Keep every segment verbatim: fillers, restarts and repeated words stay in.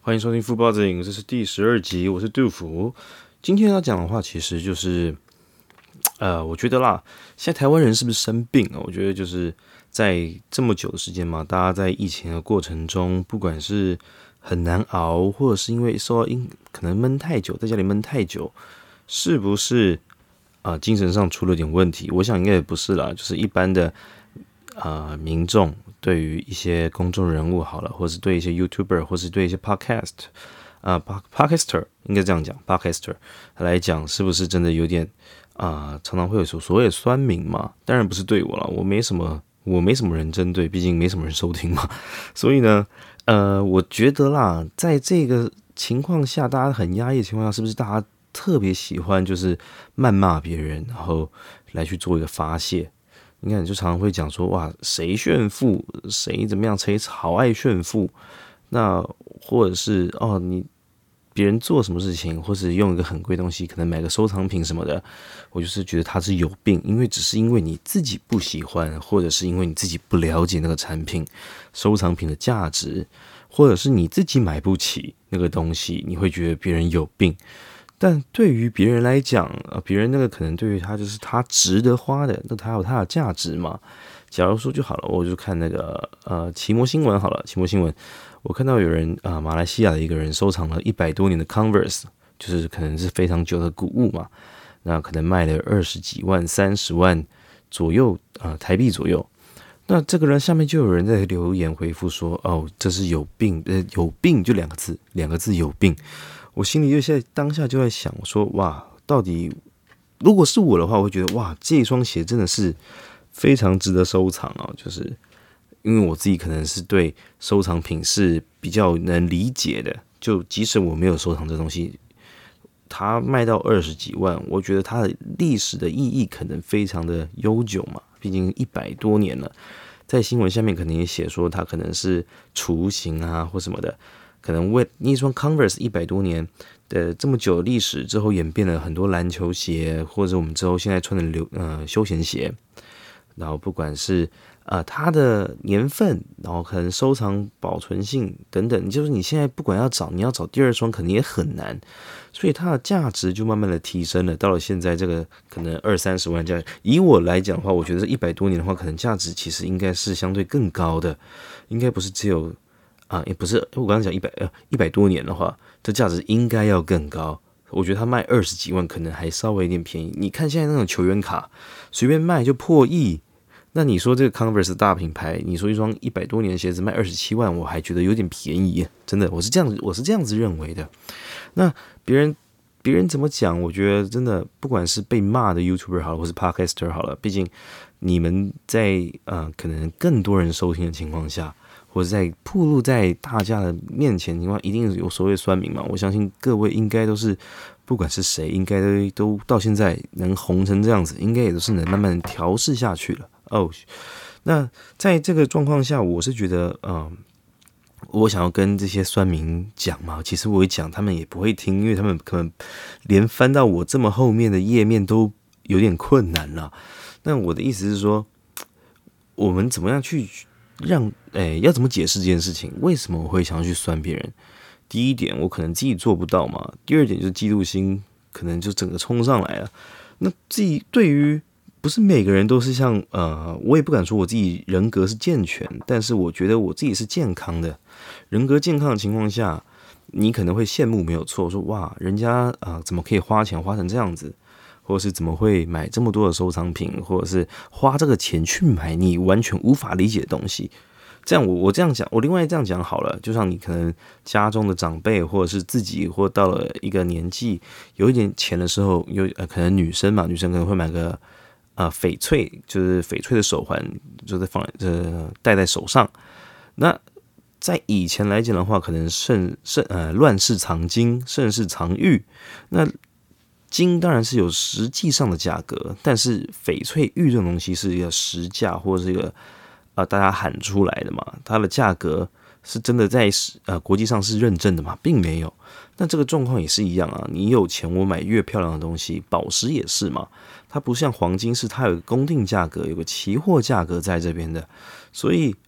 欢迎收听《富报电影》，这是第十二集，我是杜甫。今天要讲的话，其实就是，呃，我觉得啦，现在台湾人是不是生病啊？我觉得就是在这么久的时间嘛，大家在疫情的过程中，不管是很难熬，或者是因为受到因可能闷太久，在家里闷太久，是不是啊、呃、精神上出了点问题？我想应该也不是啦，就是一般的啊、呃、民众。对于一些公众人物好了，或是对一些 YouTuber， 或是对一些 Podcast 啊、呃、Podcaster 应该这样讲 Podcaster 来讲，是不是真的有点啊、呃？常常会有所谓的酸民嘛？当然不是对我了，我没什么，我没什么人针对，毕竟没什么人收听嘛。所以呢，呃，我觉得啦，在这个情况下，大家很压抑的情况下，是不是大家特别喜欢就是谩骂别人，然后来去做一个发泄？你看，就常常会讲说，哇，谁炫富，谁怎么样，谁好爱炫富。那或者是哦，你别人做什么事情，或是用一个很贵的东西，可能买个收藏品什么的，我就是觉得他是有病，因为只是因为你自己不喜欢，或者是因为你自己不了解那个产品、收藏品的价值，或者是你自己买不起那个东西，你会觉得别人有病。但对于别人来讲，呃，别人那个可能对于他就是他值得花的，那他有他的价值嘛。假如说就好了，我就看那个呃奇摩新闻好了，奇摩新闻，我看到有人啊、呃，马来西亚的一个人收藏了一百多年的 Converse， 就是可能是非常久的古物嘛，那可能卖了二十几万、三十万左右啊、呃、台币左右。那这个人下面就有人在留言回复说，哦，这是有病，呃，有病就两个字，两个字有病。我心里就现在当下就在想，我说哇，到底如果是我的话，我会觉得哇，这一双鞋真的是非常值得收藏啊！就是因为我自己可能是对收藏品是比较能理解的，就即使我没有收藏这东西，它卖到二十几万，我觉得它的历史的意义可能非常的悠久嘛，毕竟一百多年了。在新闻下面可能也写说，它可能是雏形啊或什么的。可能为一双 Converse 一百多年的这么久的历史之后，演变了很多篮球鞋，或者我们之后现在穿的流呃休闲鞋。然后不管是呃它的年份，然后可能收藏保存性等等，就是你现在不管要找，你要找第二双可能也很难，所以它的价值就慢慢的提升了。到了现在这个可能二三十万价，以我来讲的话，我觉得一百多年的话，可能价值其实应该是相对更高的，应该不是只有。啊，也不是，我刚刚讲一百呃一百多年的话，这价值应该要更高。我觉得它卖二十几万，可能还稍微有点便宜。你看现在那种球员卡，随便卖就破亿。那你说这个 Converse 大品牌，你说一双一百多年的鞋子卖二十七万，我还觉得有点便宜，真的，我是这样子，我是这样子认为的。那别人别人怎么讲？我觉得真的，不管是被骂的 YouTuber 好了，或是 Podcaster 好了，毕竟你们在呃可能更多人收听的情况下。或者在暴露在大家的面前情况，一定有所谓酸民嘛？我相信各位应该都是，不管是谁，应该都都到现在能红成这样子，应该也都是能慢慢调试下去了哦。那在这个状况下，我是觉得，嗯、呃，我想要跟这些酸民讲嘛，其实我一讲，他们也不会听，因为他们可能连翻到我这么后面的页面都有点困难了。那我的意思是说，我们怎么样去？让诶、欸，要怎么解释这件事情？为什么我会想要去酸别人？第一点，我可能自己做不到嘛。第二点就是嫉妒心，可能就整个冲上来了。那自己对于不是每个人都是像呃，我也不敢说我自己人格是健全，但是我觉得我自己是健康的。人格健康的情况下，你可能会羡慕，没有错，说哇，人家啊、呃、怎么可以花钱花成这样子？或者是怎么会买这么多的收藏品，或者是花这个钱去买你完全无法理解的东西？这样我我这样讲，我另外这样讲好了，就像你可能家中的长辈，或者是自己，或到了一个年纪有一点钱的时候，有呃可能女生嘛，女生可能会买个呃翡翠，就是翡翠的手环，就是放呃戴在手上。那在以前来讲的话，可能盛盛呃乱世藏金，盛世藏玉，那。金当然是有实际上的价格，但是翡翠玉这种东西是一个实价或者是一个呃大家喊出来的嘛，它的价格是真的在呃国际上是认证的嘛，并没有。那这个状况也是一样啊，你有钱我买越漂亮的东西，宝石也是嘛，它不像黄金是它有个公定价格，有个期货价格在这边的，所以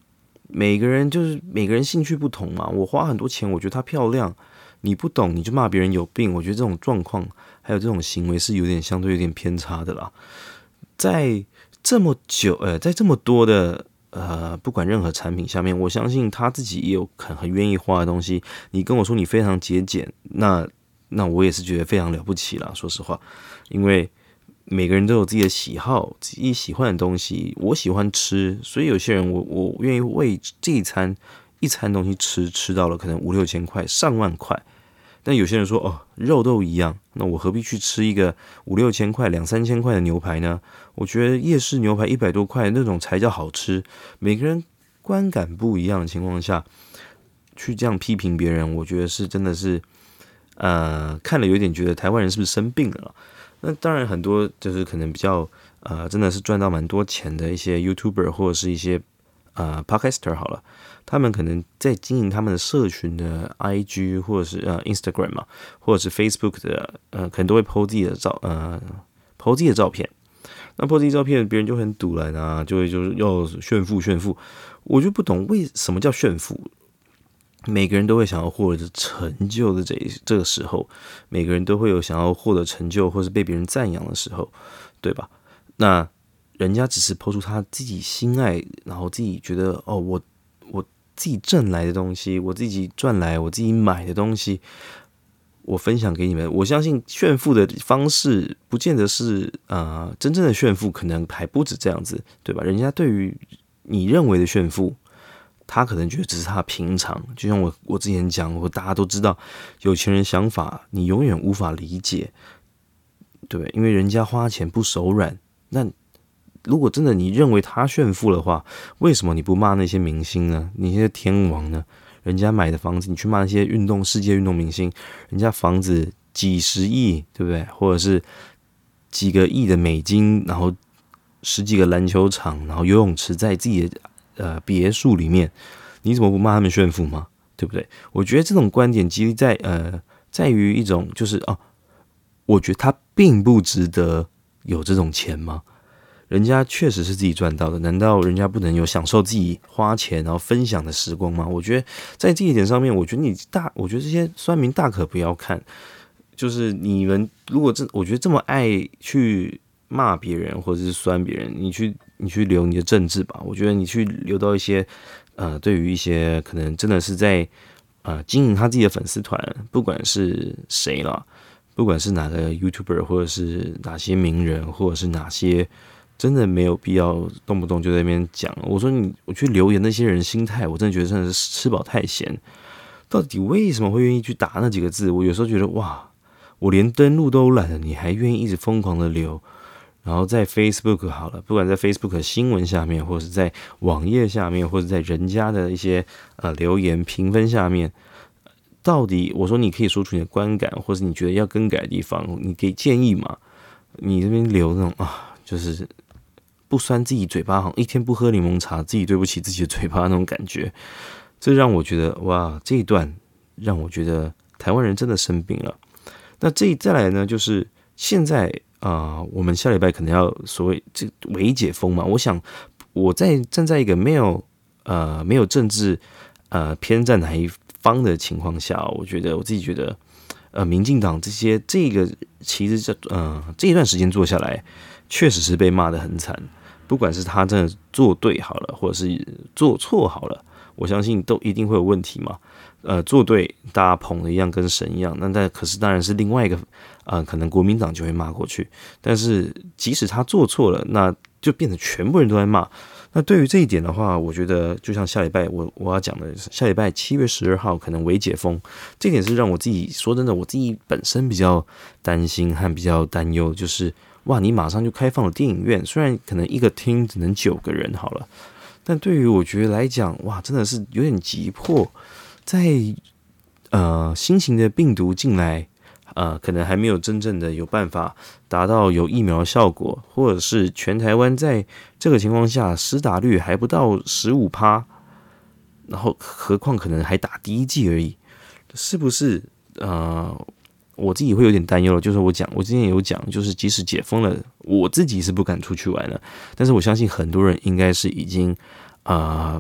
每个人就是每个人兴趣不同嘛。我花很多钱，我觉得她漂亮，你不懂你就骂别人有病。我觉得这种状况还有这种行为是有点相对有点偏差的啦。在这么久，呃，在这么多的呃，不管任何产品下面，我相信他自己也有很很愿意花的东西。你跟我说你非常节俭，那那我也是觉得非常了不起啦。说实话，因为每个人都有自己的喜好，自己喜欢的东西。我喜欢吃，所以有些人我我愿意为这一餐一餐东西吃吃到了可能五六千块、上万块。但有些人说哦，肉都一样，那我何必去吃一个五六千块、两三千块的牛排呢？我觉得夜市牛排一百多块那种才叫好吃。每个人观感不一样的情况下，去这样批评别人，我觉得是真的是，呃，看了有点觉得台湾人是不是生病了啦？那当然，很多就是可能比较呃，真的是赚到蛮多钱的一些 YouTuber 或者是一些呃 Podcaster 好了。他们可能在经营他们的社群的 I G 或者是呃 Instagram 嘛，或者是 Facebook 的呃，可能都会 po 自己的照呃 po 自己的照片。那 po 自己照片，别人就很堵然啊，就会就是要炫富炫富。我就不懂为什么叫炫富。每个人都会想要获得成就的这这个时候，每个人都会有想要获得成就或是被别人赞扬的时候，对吧？那人家只是 po 出他自己心爱，然后自己觉得哦，我我自己挣来的东西，我自己赚来，我自己买的东西，我分享给你们。我相信炫富的方式不见得是呃真正的炫富，可能还不止这样子，对吧？人家对于你认为的炫富，他可能觉得只是他平常。就像我我之前讲过，大家都知道有钱人想法，你永远无法理解，对不对？因为人家花钱不手软。那如果真的你认为他炫富的话，为什么你不骂那些明星呢？那些天王呢？人家买的房子，你去骂那些运动世界运动明星，人家房子几十亿，对不对？或者是几个亿的美金，然后十几个篮球场，然后游泳池在自己的呃别墅里面，你怎么不骂他们炫富吗？对不对？我觉得这种观点基于在呃在于一种就是哦，我觉得他并不值得有这种钱吗？人家确实是自己赚到的，难道人家不能有享受自己花钱然后分享的时光吗？我觉得在这一点上面，我觉得你大，我觉得这些酸民大可不要看。就是你们如果这，我觉得这么爱去骂别人或者是酸别人，你去你去留你的政治吧。我觉得你去留到一些呃，对于一些可能真的是在呃经营他自己的粉丝团，不管是谁啦，不管是哪个 YouTuber 或者是哪些名人，或者是哪些。真的没有必要动不动就在那边讲。我说你，我去留言那些人心态，我真的觉得真的是吃饱太闲。到底为什么会愿意去打那几个字？我有时候觉得哇，我连登录都懒了，你还愿意一直疯狂的留？然后在 Facebook 好了，不管在 Facebook 的新闻下面，或者是在网页下面，或者在人家的一些呃留言评分下面，到底我说你可以说出你的观感，或是你觉得要更改的地方，你给建议嘛？你这边留那种啊，就是。不酸自己嘴巴，好像一天不喝柠檬茶，自己对不起自己的嘴巴那种感觉，这让我觉得哇，这一段让我觉得台湾人真的生病了。那这再来呢，就是现在啊、呃，我们下礼拜可能要所谓这微解封嘛。我想我在站在一个没有呃没有政治呃偏站哪一方的情况下，我觉得我自己觉得呃，民进党这些这个其实这呃这一段时间做下来，确实是被骂得很惨。不管是他真的做对好了，或者是做错好了，我相信都一定会有问题嘛。呃，做对大家捧的一样跟神一样，那但可是当然是另外一个，呃，可能国民党就会骂过去。但是即使他做错了，那就变成全部人都在骂。那对于这一点的话，我觉得就像下礼拜我我要讲的，下礼拜七月十二号可能微解封，这点是让我自己说真的，我自己本身比较担心和比较担忧，就是哇，你马上就开放了电影院，虽然可能一个厅只能九个人好了，但对于我觉得来讲，哇，真的是有点急迫，在呃新型的病毒进来。呃，可能还没有真正的有办法达到有疫苗的效果，或者是全台湾在这个情况下施打率还不到 百分之十五， 然后何况可能还打第一剂而已，是不是？呃，我自己会有点担忧了。就是我讲，我之前有讲，就是即使解封了，我自己是不敢出去玩了，但是我相信很多人应该是已经啊、呃、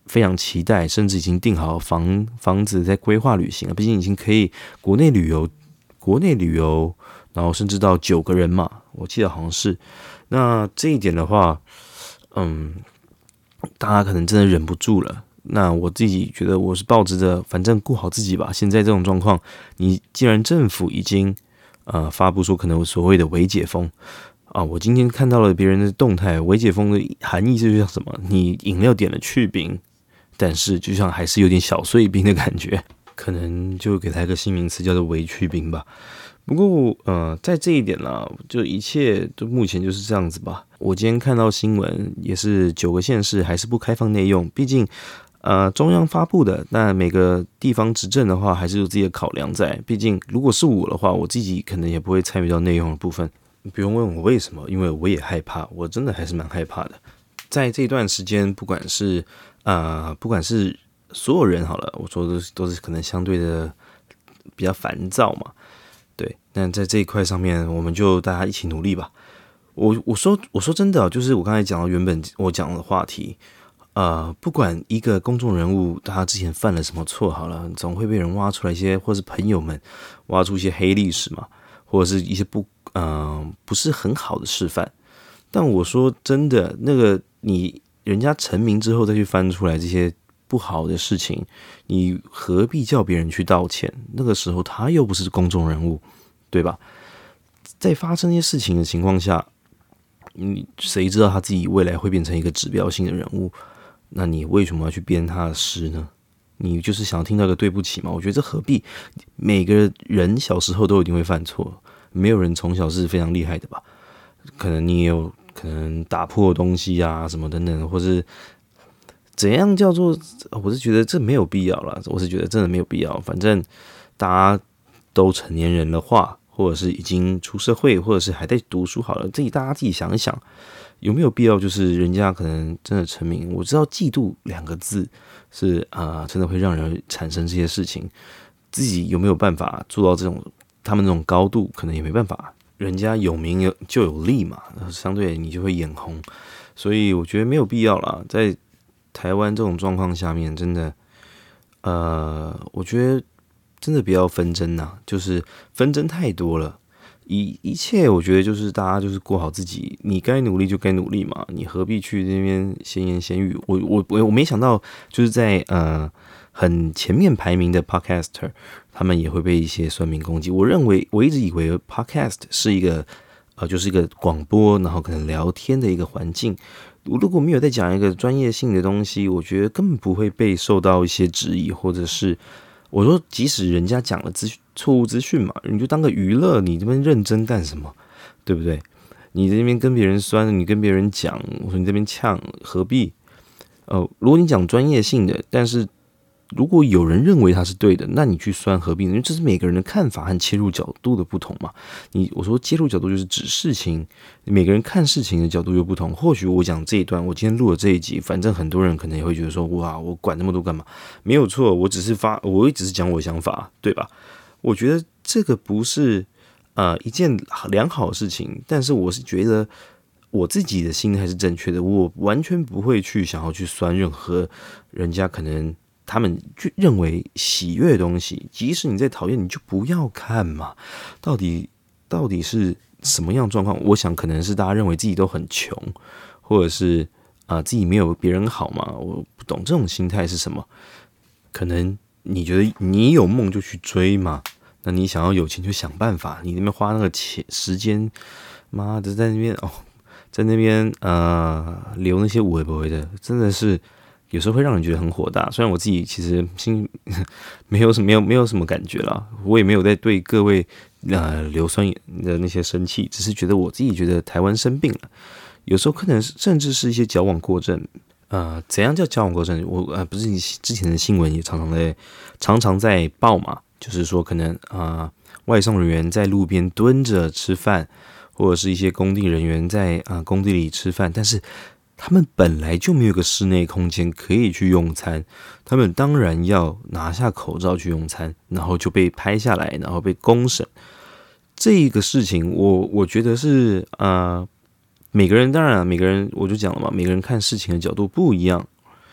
非常期待，甚至已经订好房房子在规划旅行了。毕竟已经可以国内旅游，国内旅游，然后甚至到九个人嘛，我记得好像是。那这一点的话，嗯，大家可能真的忍不住了。那我自己觉得，我是抱着着，反正顾好自己吧。现在这种状况，你既然政府已经呃发布说可能有所谓的微解封啊，我今天看到了别人的动态，微解封的含义就像什么？你饮料点了去冰，但是就像还是有点小碎冰的感觉，可能就给它一个新名词叫做微去冰吧。不过，呃，在这一点啦，就一切就目前就是这样子吧。我今天看到新闻，也是九个县市还是不开放内用，毕竟，呃，中央发布的，那每个地方执政的话，还是有自己的考量在。毕竟，如果是我的话，我自己可能也不会参与到内用的部分。不用问我为什么，因为我也害怕，我真的还是蛮害怕的。在这段时间，不管是呃，不管是所有人好了，我说的都是可能相对的比较烦躁嘛。对，那在这一块上面，我们就大家一起努力吧。我我说我说真的，就是我刚才讲到原本我讲的话题，呃，不管一个公众人物他之前犯了什么错，好了，总会被人挖出来一些，或是朋友们挖出一些黑历史嘛，或者是一些不嗯、呃、不是很好的示范。但我说真的，那个你人家成名之后再去翻出来这些不好的事情，你何必叫别人去道歉？那个时候他又不是公众人物，对吧？在发生这些事情的情况下，你谁知道他自己未来会变成一个指标性的人物？那你为什么要去编他的诗呢？你就是想要听到一个对不起吗？我觉得这何必？每个人小时候都一定会犯错，没有人从小是非常厉害的吧？可能你也有可能打破东西啊什么等等，或是怎样叫做？我是觉得这没有必要啦，我是觉得真的没有必要。反正大家都成年人的话，或者是已经出社会，或者是还在读书好了，自己大家自己想一想，有没有必要？就是人家可能真的成名，我知道嫉妒两个字是啊、呃，真的会让人产生这些事情。自己有没有办法做到这种他们那种高度，可能也没办法。人家有名有就有利嘛，相对你就会眼红，所以我觉得没有必要啦。在台湾这种状况下面，真的，呃，我觉得真的不要纷争呐，就是纷争太多了。一一切，我觉得就是大家就是过好自己，你该努力就该努力嘛，你何必去那边闲言闲语？我我我我没想到，就是在呃很前面排名的 podcaster， 他们也会被一些酸民攻击。我认为我一直以为 podcast 是一个呃就是一个广播，然后可能聊天的一个环境。如果没有在讲一个专业性的东西，我觉得根本不会被受到一些质疑，或者是我说，即使人家讲了资错误资讯嘛，你就当个娱乐，你这边认真干什么？对不对？你在那边跟别人酸，你跟别人讲，我说你这边呛，何必？呃，如果你讲专业性的，但是如果有人认为他是对的，那你去酸何必呢？因为这是每个人的看法和切入角度的不同嘛。你我说切入角度就是指事情，每个人看事情的角度又不同。或许我讲这一段，我今天录了这一集，反正很多人可能也会觉得说，哇，我管那么多干嘛？没有错，我只是发，我也只是讲我的想法，对吧？我觉得这个不是呃一件良好的事情，但是我是觉得我自己的心态是正确的，我完全不会去想要去酸任何人家可能。他们就认为喜悦的东西，即使你在讨厌，你就不要看嘛。到底到底是什么样的状况？我想可能是大家认为自己都很穷，或者是啊、呃、自己没有别人好嘛。我不懂这种心态是什么。可能你觉得你有梦就去追嘛，那你想要有钱就想办法。你那边花那个钱时间，妈的在那边哦，在那边呃留那些无为不为的，真的是。有时候会让人觉得很火大，虽然我自己其实心没有什么没有没有什么感觉啦，我也没有在对各位呃硫酸的那些生气，只是觉得我自己觉得台湾生病了，有时候可能甚至是一些矫枉过正。呃，怎样叫矫枉过正？我呃不是你之前的新闻也常常在常常在报嘛，就是说可能啊、呃、外送人员在路边蹲着吃饭，或者是一些工地人员在啊、呃、工地里吃饭，但是。他们本来就没有个室内空间可以去用餐，他们当然要拿下口罩去用餐，然后就被拍下来，然后被公审。这个事情我，我我觉得是呃，每个人当然每个人我就讲了嘛，每个人看事情的角度不一样。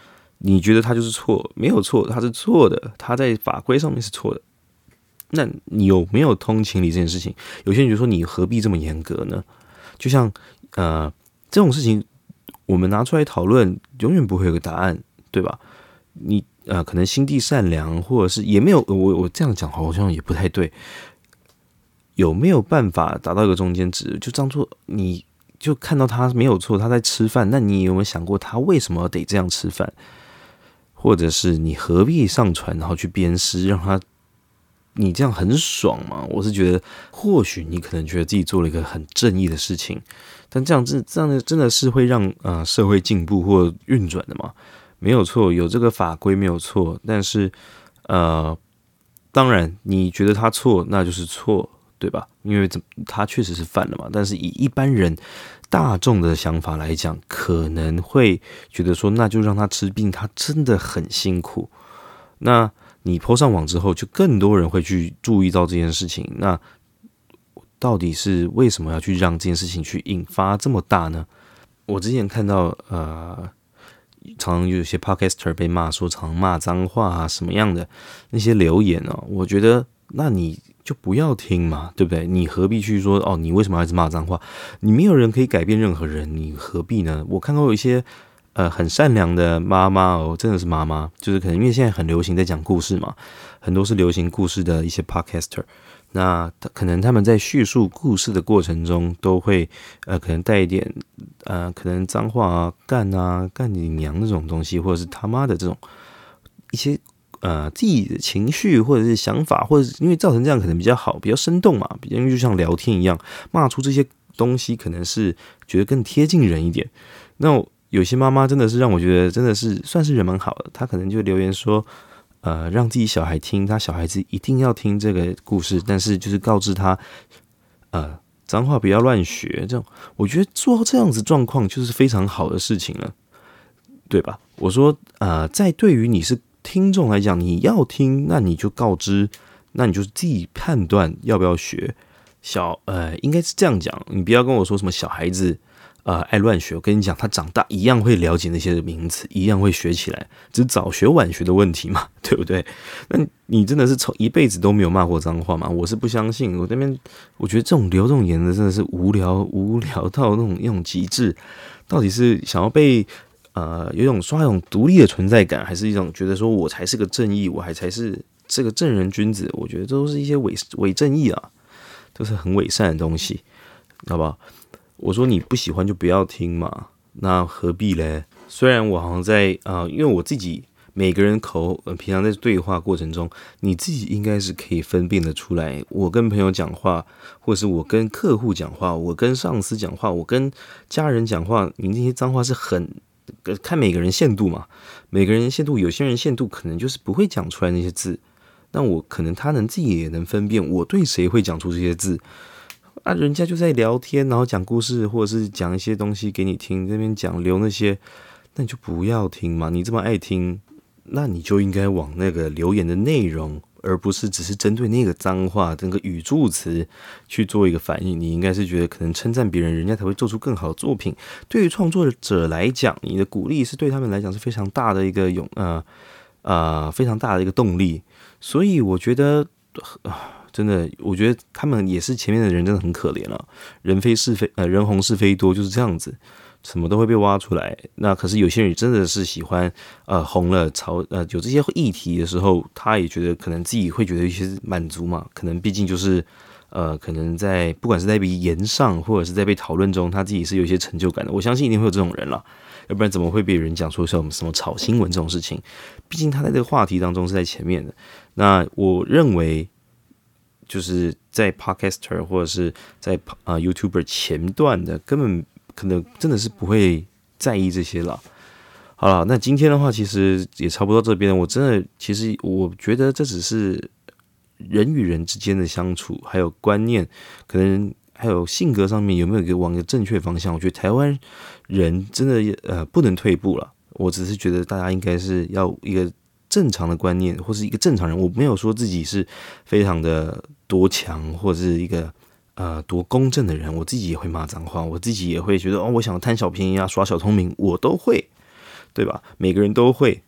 你觉得他就是错，没有错，他是错的，他在法规上面是错的。那你有没有通情理这件事情？有些人就说你何必这么严格呢？就像呃这种事情，我们拿出来讨论，永远不会有个答案，对吧？你呃可能心地善良，或者是也没有我我这样讲好像也不太对。有没有办法达到一个中间值？就当做你就看到他没有错，他在吃饭，那你有没有想过他为什么得这样吃饭？或者是你何必上传然后去鞭尸，让他你这样很爽吗？我是觉得，或许你可能觉得自己做了一个很正义的事情，但这样子这样的真的是会让呃社会进步或运转的吗？没有错，有这个法规没有错，但是呃，当然你觉得他错，那就是错，对吧？因为他确实是犯了嘛。但是以一般人大众的想法来讲，可能会觉得说，那就让他吃，毕竟他真的很辛苦。那你 po 上网之后，就更多人会去注意到这件事情。那到底是为什么要去让这件事情去引发这么大呢？我之前看到呃，常常有些 podcaster 被骂说常骂脏话啊什么样的那些留言哦，我觉得那你就不要听嘛，对不对？你何必去说哦？你为什么要一直骂脏话？你没有人可以改变任何人，你何必呢？我看到有一些呃很善良的妈妈哦，真的是妈妈，就是可能因为现在很流行在讲故事嘛，很多是流行故事的一些 podcaster。那可能他们在叙述故事的过程中，都会呃可能带一点呃可能脏话啊、干啊、干你娘那种东西，或者是他妈的这种一些呃自己的情绪或者是想法，或者是因为造成这样可能比较好，比较生动嘛，比较因为就像聊天一样，骂出这些东西可能是觉得更贴近人一点。那有些妈妈真的是让我觉得真的是算是人蛮好的，她可能就留言说。呃，让自己小孩听，他小孩子一定要听这个故事，但是就是告知他，呃，脏话不要乱学。这种，我觉得做到这样子状况就是非常好的事情了，对吧？我说，呃，在对于你是听众来讲，你要听，那你就告知，那你就自己判断要不要学。小，呃，应该是这样讲，你不要跟我说什么小孩子。呃，爱乱学，我跟你讲，他长大一样会了解那些名词，一样会学起来，只是早学晚学的问题嘛，对不对？那你真的是从一辈子都没有骂过脏话吗？我是不相信。我那边我觉得这种留这种言的真的是无聊，无聊到那种那种极致。到底是想要被呃有一种刷一种独立的存在感，还是一种觉得说我才是个正义，我还才是这个正人君子？我觉得这都是一些伪伪正义啊，都是很伪善的东西，好不好？我说你不喜欢就不要听嘛，那何必嘞？虽然我好像在啊、呃，因为我自己每个人口、呃、平常在对话过程中，你自己应该是可以分辨得出来。我跟朋友讲话，或者是我跟客户讲话，我跟上司讲话，我跟家人讲话，你那些脏话是很看每个人限度嘛，每个人限度，有些人限度可能就是不会讲出来那些字，那我可能他能自己也能分辨我对谁会讲出这些字。啊，人家就在聊天，然后讲故事，或者是讲一些东西给你听，那边讲留那些，那你就不要听嘛。你这么爱听，那你就应该往那个留言的内容，而不是只是针对那个脏话、那个语助词去做一个反应。你应该是觉得可能称赞别人，人家才会做出更好的作品。对于创作者来讲，你的鼓励是对他们来讲是非常大的一个勇呃呃非常大的一个动力。所以我觉得。呃真的，我觉得他们也是前面的人真的很可怜了、啊，人非是非，呃，人红是非多，就是这样子，什么都会被挖出来。那可是有些人真的是喜欢，呃，红了潮，呃，有这些议题的时候，他也觉得可能自己会觉得一些满足嘛，可能毕竟就是，呃，可能在不管是在被言上或者是在被讨论中，他自己是有一些成就感的。我相信一定会有这种人了，要不然怎么会被人讲说像什么炒新闻这种事情？毕竟他在这个话题当中是在前面的。那我认为。就是在 podcaster 或者是在啊、呃、YouTuber 前段的，根本可能真的是不会在意这些了。好了，那今天的话其实也差不多到这边。我真的其实我觉得这只是人与人之间的相处，还有观念，可能还有性格上面有没有一个往一个正确方向。我觉得台湾人真的呃不能退步了。我只是觉得大家应该是要一个。正常的观念，或是一个正常人，我没有说自己是非常的多强，或者是一个呃多公正的人。我自己也会骂脏话，我自己也会觉得哦，我想贪小便宜啊，耍小聪明，我都会，对吧？每个人都会。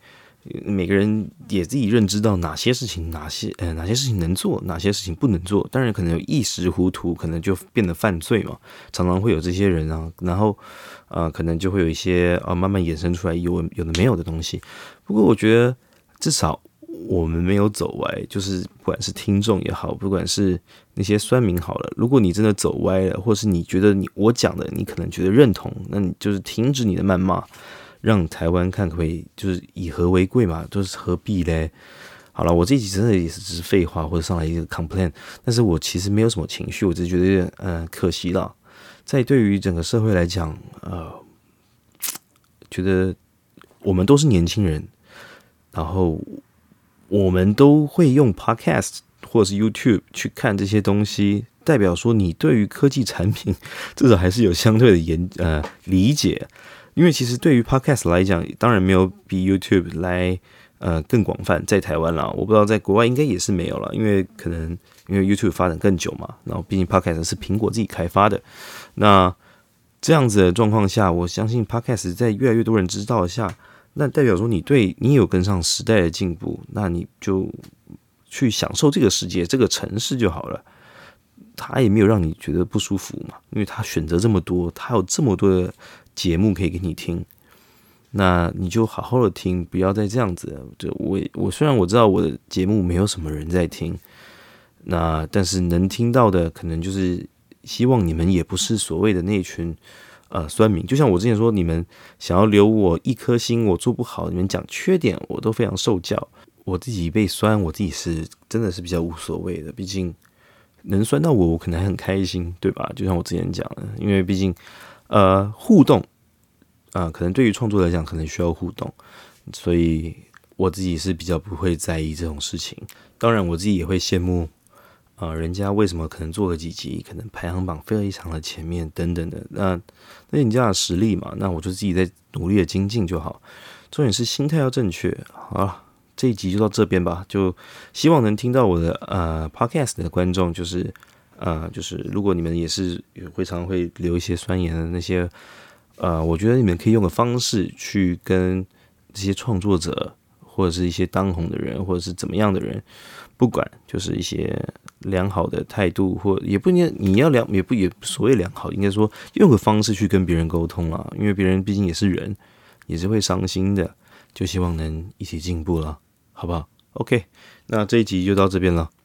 每个人也自己认知到哪些事情，哪些呃哪些事情能做，哪些事情不能做。当然，可能有一时糊涂，可能就变得犯罪嘛。常常会有这些人啊，然后呃，可能就会有一些啊、呃、慢慢衍生出来有有的没有的东西。不过，我觉得至少我们没有走歪，就是不管是听众也好，不管是那些酸民好了，如果你真的走歪了，或是你觉得你我讲的你可能觉得认同，那你就是停止你的谩骂。让台湾看可不可以，就是以和为贵嘛，就是何必嘞？好了，我这一集真的也是只是废话，或者上来一个 complain， 但是我其实没有什么情绪，我只是觉得有点呃可惜了。在对于整个社会来讲，呃，觉得我们都是年轻人，然后我们都会用 podcast 或者是 YouTube 去看这些东西，代表说你对于科技产品至少还是有相对的研呃理解。因为其实对于 podcast 来讲，当然没有比 YouTube 来呃更广泛，在台湾啦，我不知道在国外应该也是没有啦，因为可能因为 YouTube 发展更久嘛，然后毕竟 podcast 是苹果自己开发的，那这样子的状况下，我相信 podcast 在越来越多人知道下，那代表说你对你有跟上时代的进步，那你就去享受这个世界、这个城市就好了。他也没有让你觉得不舒服嘛，因为他选择这么多，他有这么多的节目可以给你听，那你就好好的听，不要再这样子了。就我我虽然我知道我的节目没有什么人在听，那但是能听到的可能就是希望你们也不是所谓的那群呃酸民。就像我之前说，你们想要留我一颗心，我做不好，你们讲缺点，我都非常受教。我自己被酸，我自己是真的是比较无所谓的，毕竟。能酸到我，我可能还很开心，对吧？就像我之前讲的，因为毕竟，呃，互动，啊、呃，可能对于创作来讲，可能需要互动，所以我自己是比较不会在意这种事情。当然，我自己也会羡慕，啊、呃，人家为什么可能做了几集，可能排行榜非常的前面等等的，那那人家的实力嘛，那我就自己在努力的精进就好。重点是心态要正确，好了。这一集就到这边吧，就希望能听到我的呃 podcast 的观众，就是呃就是如果你们也是会常会留一些酸言的那些，呃，我觉得你们可以用个方式去跟这些创作者或者是一些当红的人或者是怎么样的人，不管就是一些良好的态度，或也不应该你要良也不也所谓良好，应该说用个方式去跟别人沟通啦，因为别人毕竟也是人，也是会伤心的，就希望能一起进步了。好不好 ？OK， 那这一集就到这边了。